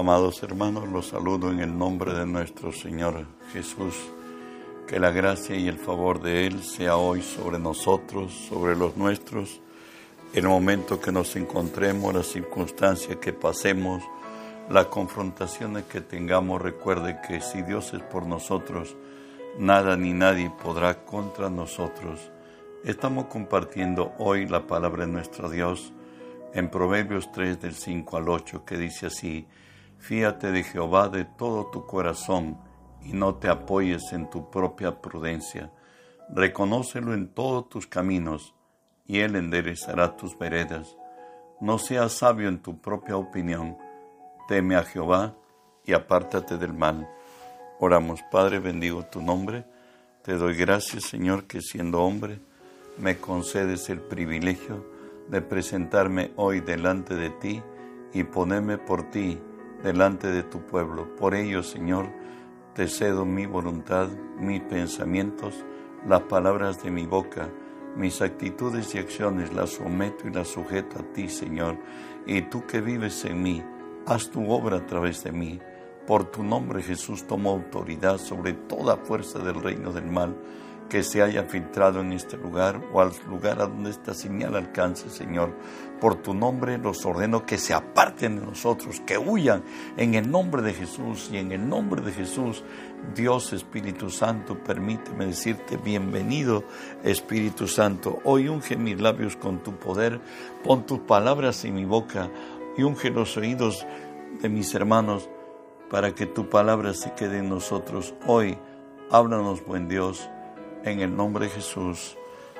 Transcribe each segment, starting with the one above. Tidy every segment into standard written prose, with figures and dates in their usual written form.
Amados hermanos, los saludo en el nombre de nuestro Señor Jesús. Que la gracia y el favor de Él sea hoy sobre nosotros, sobre los nuestros, en el momento que nos encontremos, las circunstancias que pasemos, las confrontaciones que tengamos. Recuerde que si Dios es por nosotros, nada ni nadie podrá contra nosotros. Estamos compartiendo hoy la palabra de nuestro Dios en Proverbios 3, del 5 al 8, que dice así: Fíate de Jehová de todo tu corazón y no te apoyes en tu propia prudencia. Reconócelo en todos tus caminos y Él enderezará tus veredas. No seas sabio en tu propia opinión. Teme a Jehová y apártate del mal. Oramos. Padre, bendigo tu nombre. Te doy gracias, Señor, que siendo hombre me concedes el privilegio de presentarme hoy delante de ti y ponerme por ti delante de tu pueblo. Por ello, Señor, te cedo mi voluntad, mis pensamientos, las palabras de mi boca, mis actitudes y acciones, las someto y las sujeto a ti, Señor. Y tú que vives en mí, haz tu obra a través de mí. Por tu nombre, Jesús, tomo autoridad sobre toda fuerza del reino del mal que se haya filtrado en este lugar o al lugar a donde esta señal alcance, Señor. Por tu nombre los ordeno que se aparten de nosotros, que huyan en el nombre de Jesús. Y en el nombre de Jesús, Dios Espíritu Santo, permíteme decirte bienvenido, Espíritu Santo. Hoy unge mis labios con tu poder, pon tus palabras en mi boca y unge los oídos de mis hermanos para que tu palabra se quede en nosotros. Hoy, háblanos, buen Dios. En el nombre de Jesús.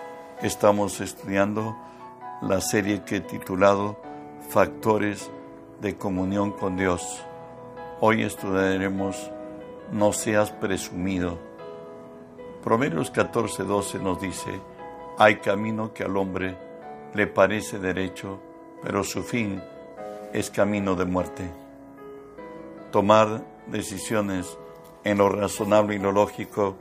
Estamos estudiando la serie que he titulado Factores de comunión con Dios. Hoy estudiaremos No seas presumido. Proverbios 14:12 nos dice: Hay camino que al hombre le parece derecho, pero su fin es camino de muerte. Tomar decisiones en lo razonable y lo lógico,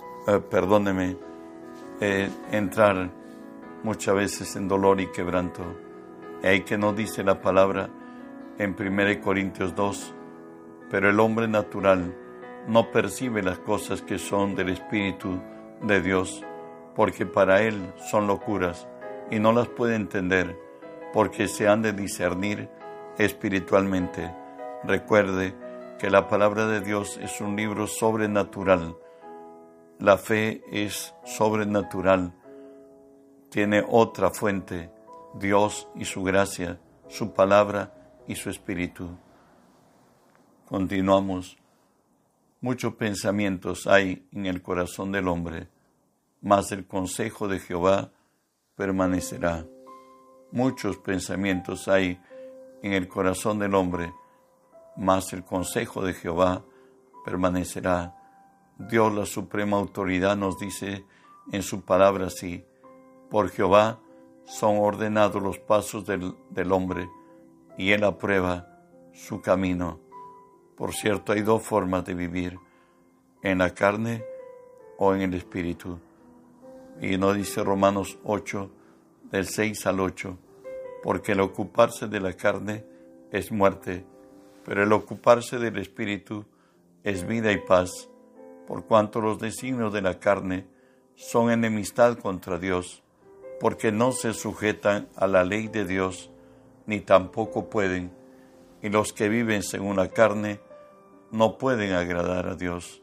entrar muchas veces en dolor y quebranto. Y ahí que nos dice la palabra en 1 Corintios 2, pero el hombre natural no percibe las cosas que son del Espíritu de Dios, porque para él son locuras y no las puede entender, porque se han de discernir espiritualmente. Recuerde que la palabra de Dios es un libro sobrenatural. La fe es sobrenatural, tiene otra fuente, Dios y su gracia, su palabra y su espíritu. Continuamos. Muchos pensamientos hay en el corazón del hombre, mas el consejo de Jehová permanecerá. Muchos pensamientos hay en el corazón del hombre, mas el consejo de Jehová permanecerá. Dios, la suprema autoridad, nos dice en su palabra así: por Jehová son ordenados los pasos del hombre, y Él aprueba su camino. Por cierto, hay dos formas de vivir: en la carne o en el espíritu. Y nos dice Romanos 8, del 6 al 8, porque el ocuparse de la carne es muerte, pero el ocuparse del espíritu es vida y paz. Por cuanto los designios de la carne son enemistad contra Dios, porque no se sujetan a la ley de Dios, ni tampoco pueden, y los que viven según la carne no pueden agradar a Dios.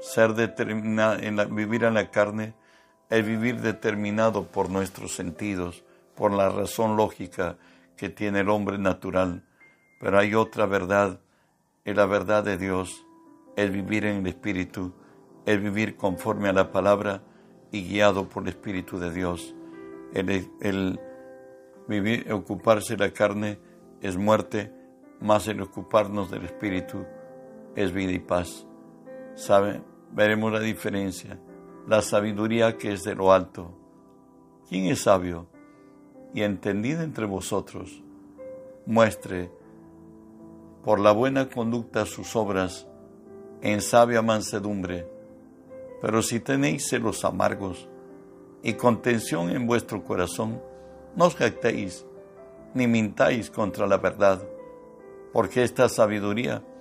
Vivir en la carne es vivir determinado por nuestros sentidos, por la razón lógica que tiene el hombre natural. Pero hay otra verdad, es la verdad de Dios, es vivir en el Espíritu, es vivir conforme a la palabra y guiado por el Espíritu de Dios. El ocuparse de la carne es muerte, más el ocuparnos del Espíritu es vida y paz. ¿Sabe? Veremos la diferencia. La sabiduría que es de lo alto. ¿Quién es sabio y entendido entre vosotros? Muestre por la buena conducta sus obras en sabia mansedumbre. Pero si tenéis celos amargos y contención en vuestro corazón, no os jactéis, ni mintáis contra la verdad, porque esta sabiduría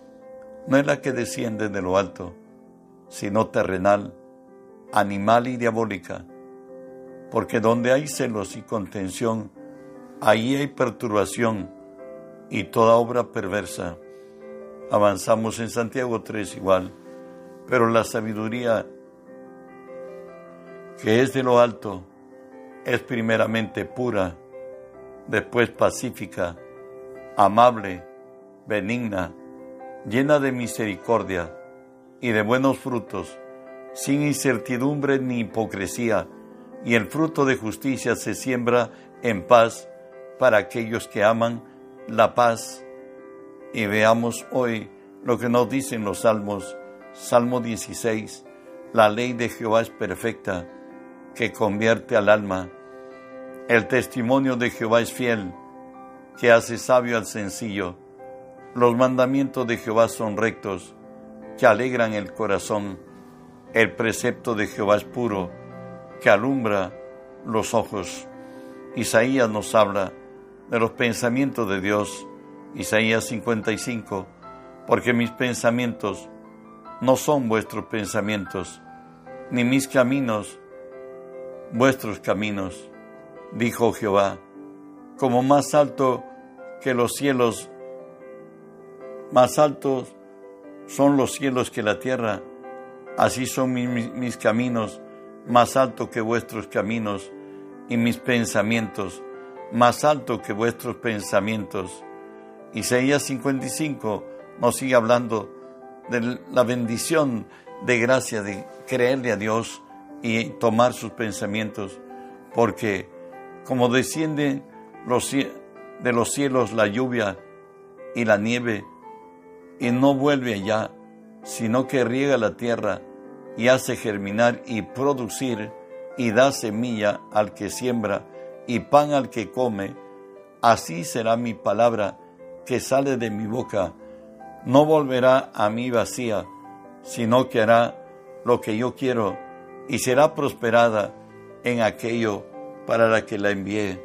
no es la que desciende de lo alto, sino terrenal, animal y diabólica, porque donde hay celos y contención, ahí hay perturbación y toda obra perversa. Avanzamos en Santiago 3 igual, pero la sabiduría que es de lo alto es primeramente pura, después pacífica, amable, benigna, llena de misericordia y de buenos frutos, sin incertidumbre ni hipocresía, y el fruto de justicia se siembra en paz para aquellos que aman la paz. Y veamos hoy lo que nos dicen los salmos. Salmo 16, la ley de Jehová es perfecta, que convierte al alma. El testimonio de Jehová es fiel, que hace sabio al sencillo. Los mandamientos de Jehová son rectos, que alegran el corazón. El precepto de Jehová es puro, que alumbra los ojos. Isaías nos habla de los pensamientos de Dios. Isaías 55, porque mis pensamientos no son vuestros pensamientos, ni mis caminos vuestros caminos, dijo Jehová. Como más alto que los cielos, más altos son los cielos que la tierra, así son mis caminos más altos que vuestros caminos, y mis pensamientos más altos que vuestros pensamientos. Isaías 55 nos sigue hablando de la bendición de gracia, de creerle a Dios y tomar sus pensamientos, porque como desciende de los cielos la lluvia y la nieve, y no vuelve allá, sino que riega la tierra y hace germinar y producir, y da semilla al que siembra y pan al que come, así será mi palabra que sale de mi boca. No volverá a mí vacía, sino que hará lo que yo quiero y será prosperada en aquello para la que la envié.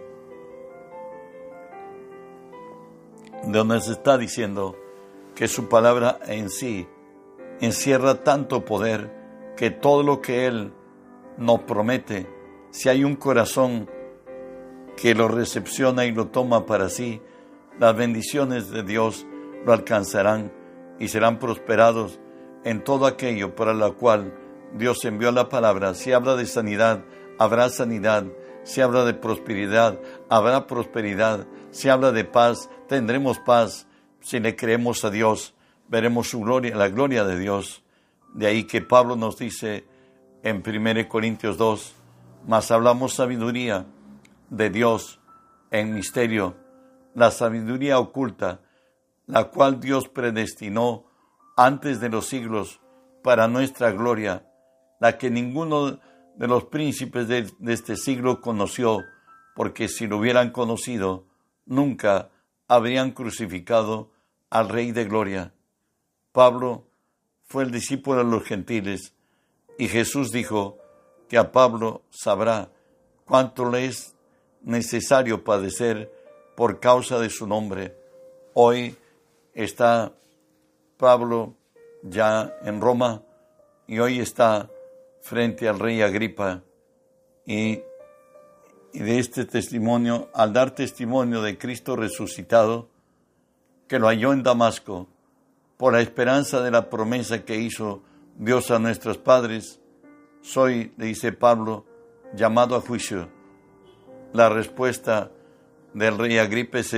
Donde se está diciendo que su palabra en sí encierra tanto poder que todo lo que Él nos promete, si hay un corazón que lo recepciona y lo toma para sí, las bendiciones de Dios lo alcanzarán y serán prosperados en todo aquello para lo cual Dios envió la palabra. Si habla de sanidad, habrá sanidad. Si habla de prosperidad, habrá prosperidad. Si habla de paz, tendremos paz. Si le creemos a Dios, veremos su gloria, la gloria de Dios. De ahí que Pablo nos dice en 1 Corintios 2, mas hablamos sabiduría de Dios en misterio, la sabiduría oculta, la cual Dios predestinó antes de los siglos para nuestra gloria, la que ninguno de los príncipes de este siglo conoció, porque si lo hubieran conocido, nunca habrían crucificado al Rey de Gloria. Pablo fue el discípulo de los gentiles, y Jesús dijo que a Pablo sabrá cuánto le es necesario padecer por causa de su nombre. Hoy está Pablo ya en Roma y hoy está frente al rey Agripa y de este testimonio, al dar testimonio de Cristo resucitado, que lo halló en Damasco, por la esperanza de la promesa que hizo Dios a nuestros padres, soy, le dice Pablo, llamado a juicio. La respuesta del rey Agripa es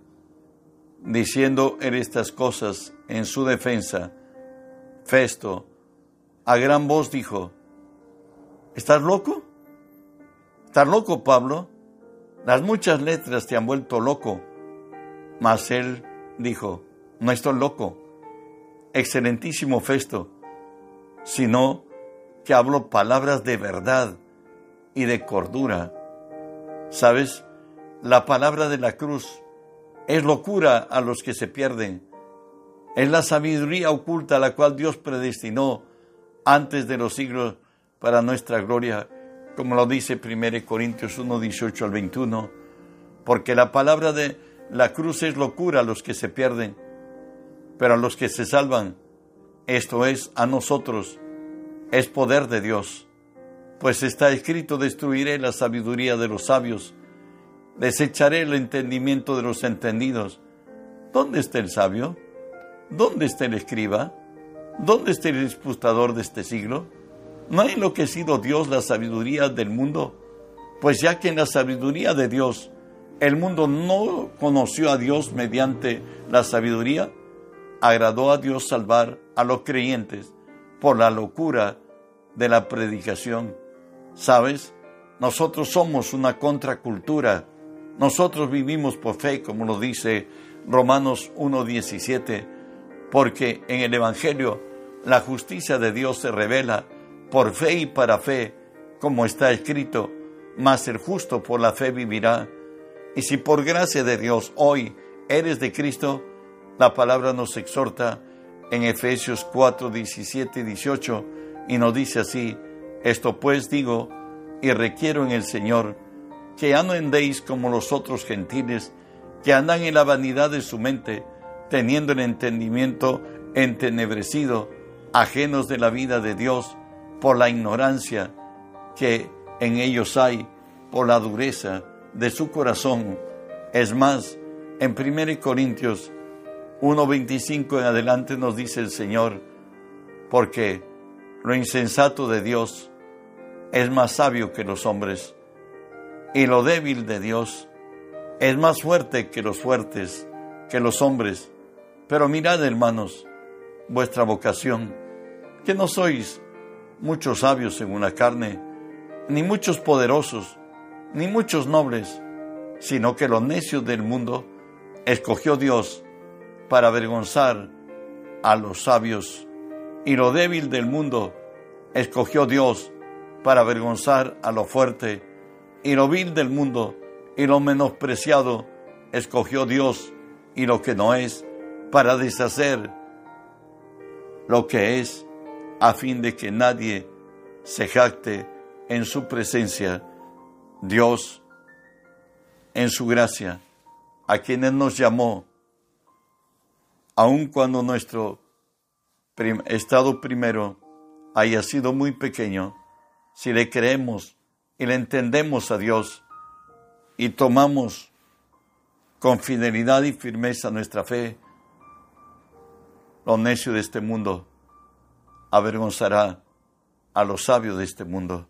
diciendo él estas cosas en su defensa, Festo a gran voz dijo, ¿estás loco? ¿Estás loco, Pablo? Las muchas letras te han vuelto loco. Mas él dijo, no estoy loco, excelentísimo Festo, sino que hablo palabras de verdad y de cordura. ¿Sabes? La palabra de la cruz es locura a los que se pierden. Es la sabiduría oculta a la cual Dios predestinó antes de los siglos para nuestra gloria, como lo dice 1 Corintios 1, 18 al 21, porque la palabra de la cruz es locura a los que se pierden, pero a los que se salvan esto es, a nosotros, es poder de Dios, pues está escrito: destruiré la sabiduría de los sabios, desecharé el entendimiento de los entendidos. ¿Dónde está el sabio? ¿Dónde está el escriba? ¿Dónde está el disputador de este siglo? ¿No ha enloquecido Dios la sabiduría del mundo? Pues ya que en la sabiduría de Dios el mundo no conoció a Dios mediante la sabiduría, agradó a Dios salvar a los creyentes por la locura de la predicación. ¿Sabes? Nosotros somos una contracultura. Nosotros vivimos por fe, como lo dice Romanos 1:17, porque en el Evangelio la justicia de Dios se revela por fe y para fe, como está escrito: mas el justo por la fe vivirá. Y si por gracia de Dios hoy eres de Cristo, la palabra nos exhorta en Efesios 4:17 y 18, y nos dice así: esto pues digo y requiero en el Señor, que ya no andéis como los otros gentiles, que andan en la vanidad de su mente, teniendo el entendimiento entenebrecido, ajenos de la vida de Dios, por la ignorancia que en ellos hay, por la dureza de su corazón. Es más, en 1 Corintios 1:25 en adelante nos dice el Señor: porque lo insensato de Dios es más sabio que los hombres, y lo débil de Dios es más fuerte que los fuertes, que los hombres. Pero mirad, hermanos, vuestra vocación, que no sois muchos sabios según la carne, ni muchos poderosos, ni muchos nobles, sino que lo necio del mundo escogió Dios para avergonzar a los sabios, y lo débil del mundo escogió Dios para avergonzar a lo fuerte, y lo vil del mundo y lo menospreciado escogió Dios, y lo que no es, para deshacer lo que es, a fin de que nadie se jacte en su presencia. Dios, en su gracia, a quienes nos llamó, aun cuando nuestro estado primero haya sido muy pequeño, si le creemos y le entendemos a Dios y tomamos con fidelidad y firmeza nuestra fe, lo necio de este mundo avergonzará a los sabios de este mundo.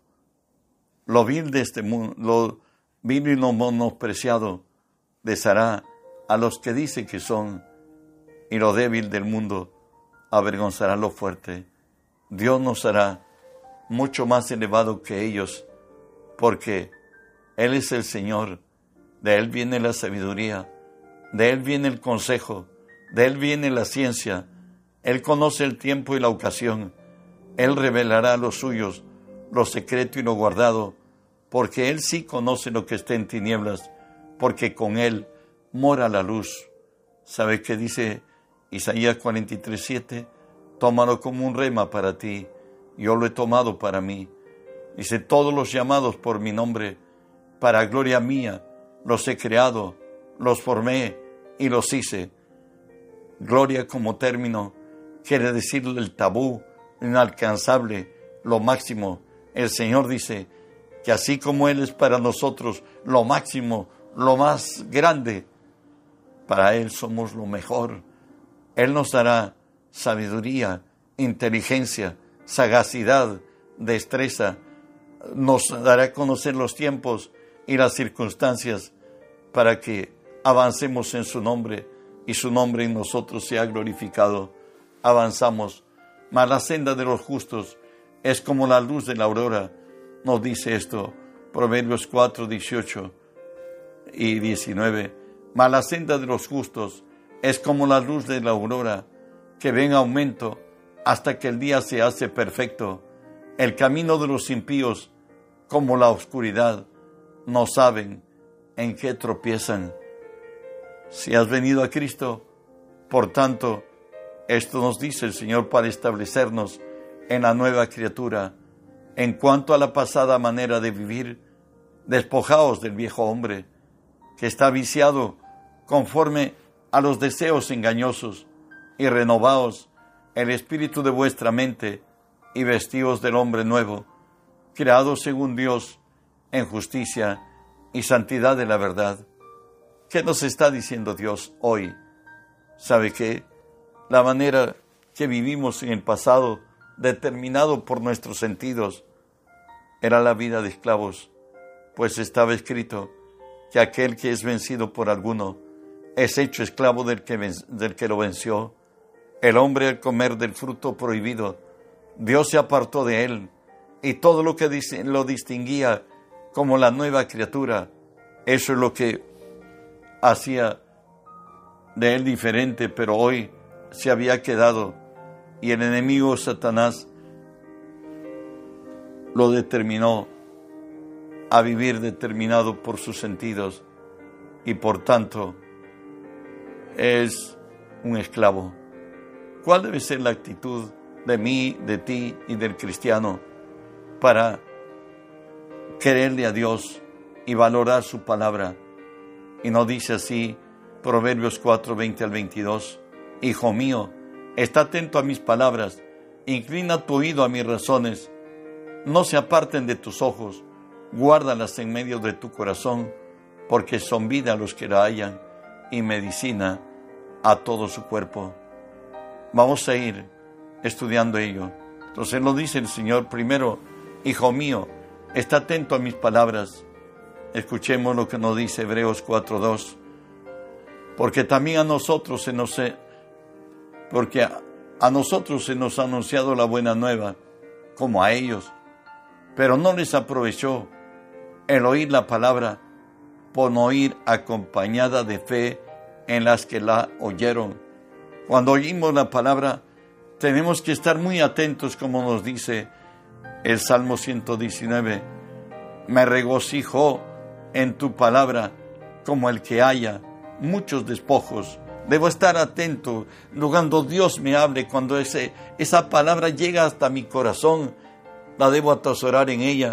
Lo vil de este mundo, lo vil y lo menospreciado deshará a los que dicen que son, y lo débil del mundo avergonzará lo fuerte. Dios nos hará mucho más elevado que ellos, porque Él es el Señor, de Él viene la sabiduría, de Él viene el consejo, de Él viene la ciencia. Él conoce el tiempo y la ocasión. Él revelará a los suyos lo secreto y lo guardado, porque Él sí conoce lo que está en tinieblas, porque con Él mora la luz. ¿Sabe qué dice Isaías 43:7? Tómalo como un rema para ti, yo lo he tomado para mí. Dice: todos los llamados por mi nombre, para gloria mía, los he creado, los formé y los hice. Gloria como término quiere decir el tabú, inalcanzable, lo máximo. El Señor dice que así como Él es para nosotros lo máximo, lo más grande, para Él somos lo mejor. Él nos dará sabiduría, inteligencia, sagacidad, destreza, nos dará a conocer los tiempos y las circunstancias para que avancemos en su nombre y su nombre en nosotros sea glorificado. Avanzamos, mas la senda de los justos es como la luz de la aurora. Nos dice esto, Proverbios 4:18 y 19. Mas la senda de los justos es como la luz de la aurora, que ve en aumento hasta que el día se hace perfecto. El camino de los impíos, como la oscuridad, no saben en qué tropiezan. Si has venido a Cristo, por tanto, esto nos dice el Señor para establecernos en la nueva criatura. En cuanto a la pasada manera de vivir, despojaos del viejo hombre, que está viciado conforme a los deseos engañosos, y renovaos el espíritu de vuestra mente y vestíos del hombre nuevo, creado según Dios en justicia y santidad de la verdad. ¿Qué nos está diciendo Dios hoy? ¿Sabe qué? La manera que vivimos en el pasado, determinado por nuestros sentidos, era la vida de esclavos, pues estaba escrito que aquel que es vencido por alguno es hecho esclavo del que lo venció. El hombre, al comer del fruto prohibido, Dios se apartó de él, y todo lo que lo distinguía como la nueva criatura, eso es lo que hacía de él diferente, pero hoy se había quedado, y el enemigo Satanás lo determinó a vivir determinado por sus sentidos, y por tanto es un esclavo. ¿Cuál debe ser la actitud de mí, de ti y del cristiano para creerle a Dios y valorar su palabra? Y nos dice así Proverbios 4, 20 al 22. Hijo mío, está atento a mis palabras, inclina tu oído a mis razones, no se aparten de tus ojos, guárdalas en medio de tu corazón, porque son vida a los que la hallan y medicina a todo su cuerpo. Vamos a ir estudiando ello. Entonces lo dice el Señor primero: hijo mío, está atento a mis palabras. Escuchemos lo que nos dice Hebreos 4:2. Porque también a nosotros se nos ha anunciado la buena nueva, como a ellos, pero no les aprovechó el oír la palabra, por no oír acompañada de fe en las que la oyeron. Cuando oímos la palabra, tenemos que estar muy atentos, como nos dice el Salmo 119. Me regocijo en tu palabra como el que haya muchos despojos. Debo estar atento cuando Dios me hable, cuando esa palabra llega hasta mi corazón, la debo atesorar en ella.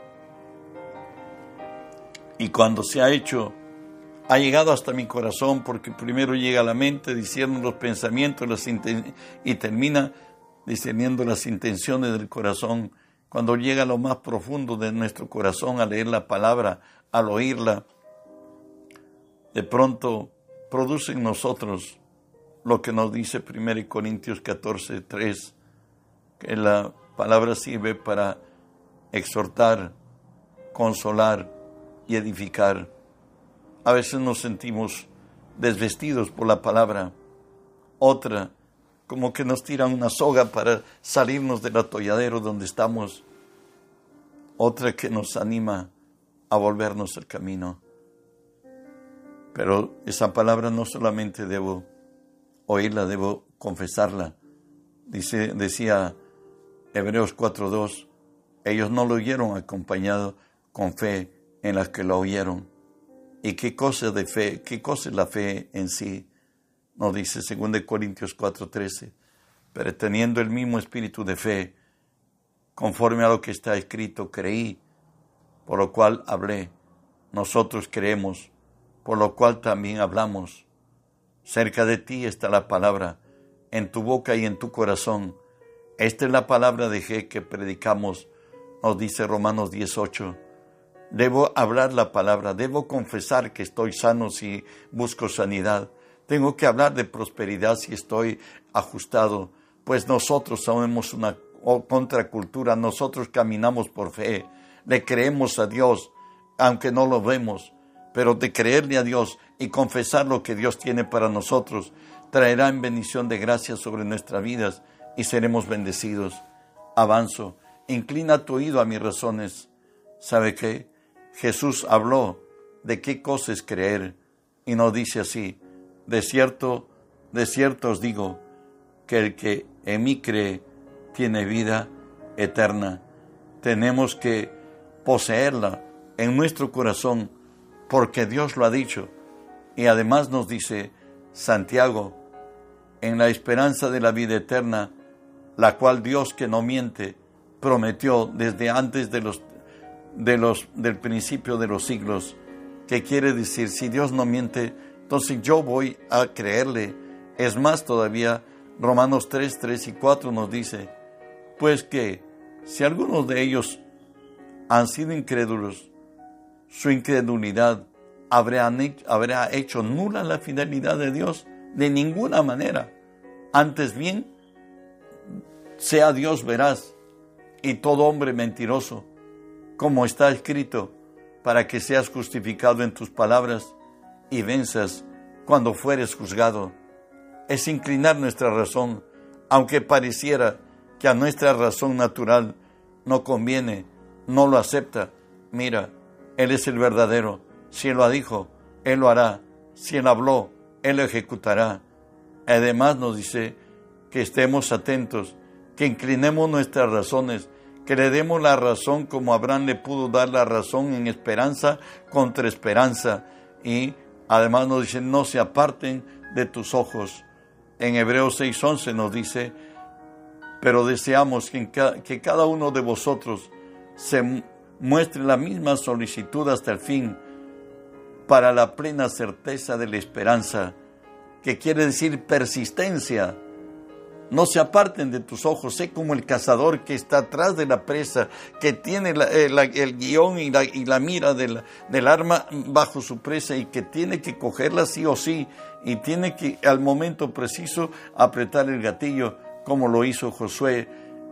Y cuando ha llegado hasta mi corazón, porque primero llega a la mente, discierne los pensamientos y termina discerniendo las intenciones del corazón. Cuando llega a lo más profundo de nuestro corazón, al leer la palabra, al oírla, de pronto produce en nosotros lo que nos dice 1 Corintios 14:3, que la palabra sirve para exhortar, consolar y edificar. A veces nos sentimos desvestidos por la palabra. Otra, como que nos tiran una soga para salirnos del atolladero donde estamos. Otra que nos anima a volvernos al camino. Pero esa palabra no solamente debo oírla, debo confesarla. Decía Hebreos 4:2, ellos no lo oyeron acompañado con fe en las que lo oyeron. ¿Y qué cosa de fe? ¿Qué cosa es la fe en sí? Nos dice 2 Corintios 4:13, pero teniendo el mismo espíritu de fe, conforme a lo que está escrito, creí, por lo cual hablé. Nosotros creemos, por lo cual también hablamos. Cerca de ti está la palabra, en tu boca y en tu corazón. Esta es la palabra de fe que predicamos, nos dice Romanos 10:8. Debo hablar la palabra, debo confesar que estoy sano si busco sanidad. Tengo que hablar de prosperidad si estoy ajustado, pues nosotros somos una contracultura, nosotros caminamos por fe, le creemos a Dios, aunque no lo vemos, pero de creerle a Dios y confesar lo que Dios tiene para nosotros, traerá en bendición de gracia sobre nuestras vidas y seremos bendecidos. Avanzo, inclina tu oído a mis razones. ¿Sabe qué? Jesús habló de qué cosa es creer y nos dice así: de cierto os digo que el que en mí cree tiene vida eterna. Tenemos que poseerla en nuestro corazón porque Dios lo ha dicho. Y además nos dice Santiago, en la esperanza de la vida eterna, la cual Dios, que no miente, prometió desde antes del principio de los siglos. ¿Qué quiere decir? Si Dios no miente, entonces yo voy a creerle. Es más todavía, Romanos 3, 3 y 4 nos dice, pues que si algunos de ellos han sido incrédulos, su incredulidad habrá hecho nula la fidelidad de Dios. De ninguna manera. Antes bien, sea Dios veraz y todo hombre mentiroso, como está escrito, para que seas justificado en tus palabras y venzas cuando fueres juzgado. Es inclinar nuestra razón, aunque pareciera que a nuestra razón natural no conviene, no lo acepta. Mira, Él es el verdadero. Si Él lo dijo, Él lo hará. Si Él habló, Él lo ejecutará. Además nos dice que estemos atentos, que inclinemos nuestras razones, que le demos la razón como Abraham le pudo dar la razón en esperanza contra esperanza. Y además nos dice, no se aparten de tus ojos. En Hebreos 6:11 nos dice, pero deseamos que cada uno de vosotros se muestre la misma solicitud hasta el fin, para la plena certeza de la esperanza, que quiere decir persistencia. No se aparten de tus ojos. Sé como el cazador que está atrás de la presa, que tiene el guión y la mira del arma bajo su presa y que tiene que cogerla sí o sí y tiene que al momento preciso apretar el gatillo, como lo hizo Josué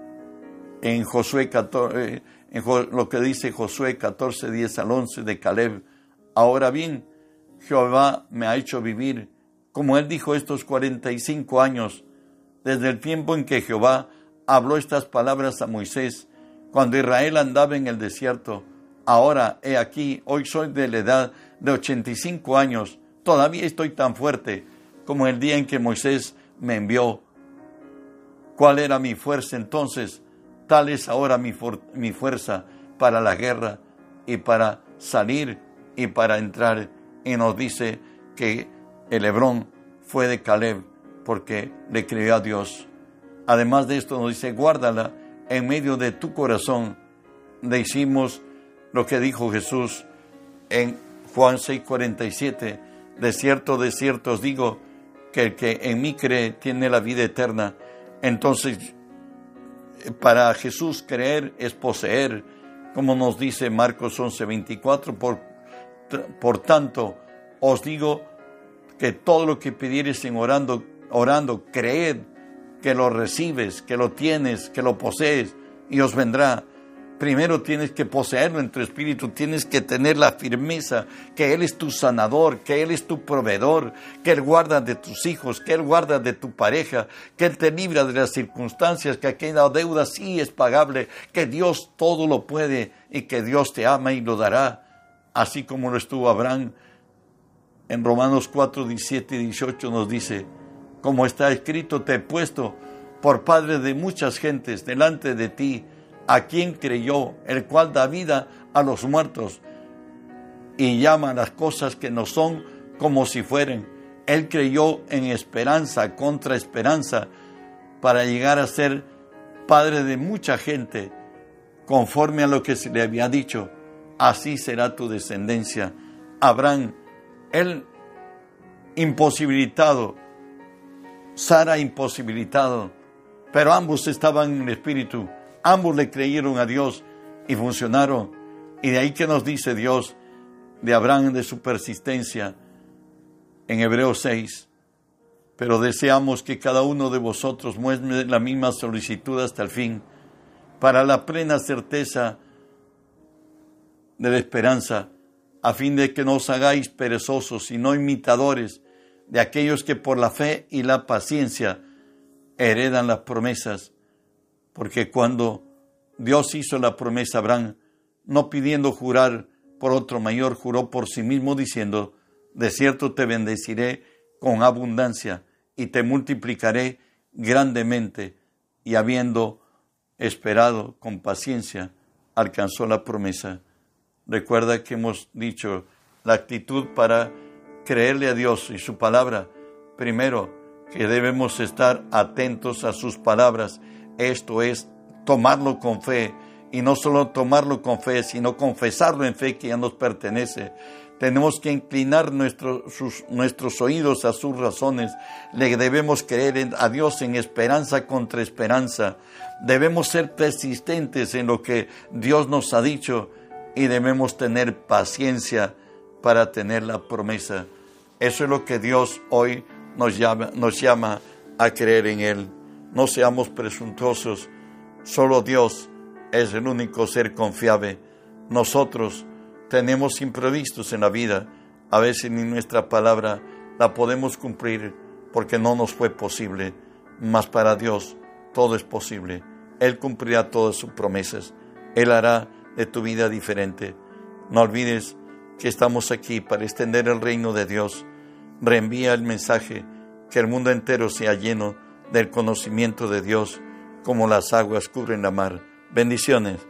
en Josué 14, lo que dice Josué 14, 10 al 11 de Caleb. Ahora bien, Jehová me ha hecho vivir, como él dijo, estos 45 años, desde el tiempo en que Jehová habló estas palabras a Moisés, cuando Israel andaba en el desierto. Ahora, he aquí, hoy soy de la edad de 85 años, todavía estoy tan fuerte como el día en que Moisés me envió. ¿Cuál era mi fuerza entonces? Tal es ahora mi fuerza para la guerra y para salir y para entrar. Y nos dice que el Hebrón fue de Caleb porque le creyó a Dios. Además de esto nos dice, guárdala en medio de tu corazón. Decimos lo que dijo Jesús en Juan 6:47, de cierto os digo, que el que en mí cree tiene la vida eterna. Entonces, para Jesús creer es poseer, como nos dice Marcos 11:24, por tanto, os digo que todo lo que pidieres en orando, creed que lo recibes, que lo tienes, que lo posees y os vendrá. Primero tienes que poseerlo en tu espíritu, tienes que tener la firmeza que Él es tu sanador, que Él es tu proveedor, que Él guarda de tus hijos, que Él guarda de tu pareja, que Él te libra de las circunstancias, que aquella deuda sí es pagable, que Dios todo lo puede y que Dios te ama y lo dará, así como lo estuvo Abraham. En Romanos 4, 17 y 18 nos dice, como está escrito, te he puesto por padre de muchas gentes delante de ti, a quien creyó, el cual da vida a los muertos y llama a las cosas que no son como si fueren. Él creyó en esperanza contra esperanza para llegar a ser padre de mucha gente, conforme a lo que se le había dicho, así será tu descendencia. Abraham, él imposibilitado, Sara imposibilitado, pero ambos estaban en el espíritu. Ambos le creyeron a Dios y funcionaron. Y de ahí que nos dice Dios de Abraham, de su persistencia, en Hebreos 6. Pero deseamos que cada uno de vosotros muestre la misma solicitud hasta el fin, para la plena certeza de la esperanza, a fin de que no os hagáis perezosos, sino imitadores de aquellos que por la fe y la paciencia heredan las promesas. Porque cuando Dios hizo la promesa a Abraham, no pidiendo jurar por otro mayor, juró por sí mismo diciendo, de cierto te bendeciré con abundancia y te multiplicaré grandemente. Y habiendo esperado con paciencia, alcanzó la promesa. Recuerda que hemos dicho la actitud para creerle a Dios y su palabra. Primero, que debemos estar atentos a sus palabras. Esto es tomarlo con fe, y no solo tomarlo con fe, sino confesarlo en fe que ya nos pertenece. Tenemos que inclinar nuestros oídos a sus razones. Le debemos creer a Dios en esperanza contra esperanza. Debemos ser persistentes en lo que Dios nos ha dicho y debemos tener paciencia para tener la promesa. Eso es lo que Dios hoy nos llama a creer en Él. No seamos presuntuosos. Solo Dios es el único ser confiable. Nosotros tenemos imprevistos en la vida. A veces ni nuestra palabra la podemos cumplir porque no nos fue posible. Mas para Dios todo es posible. Él cumplirá todas sus promesas. Él hará de tu vida diferente. No olvides que estamos aquí para extender el reino de Dios. Reenvía el mensaje, que el mundo entero sea lleno del conocimiento de Dios, como las aguas cubren la mar. Bendiciones.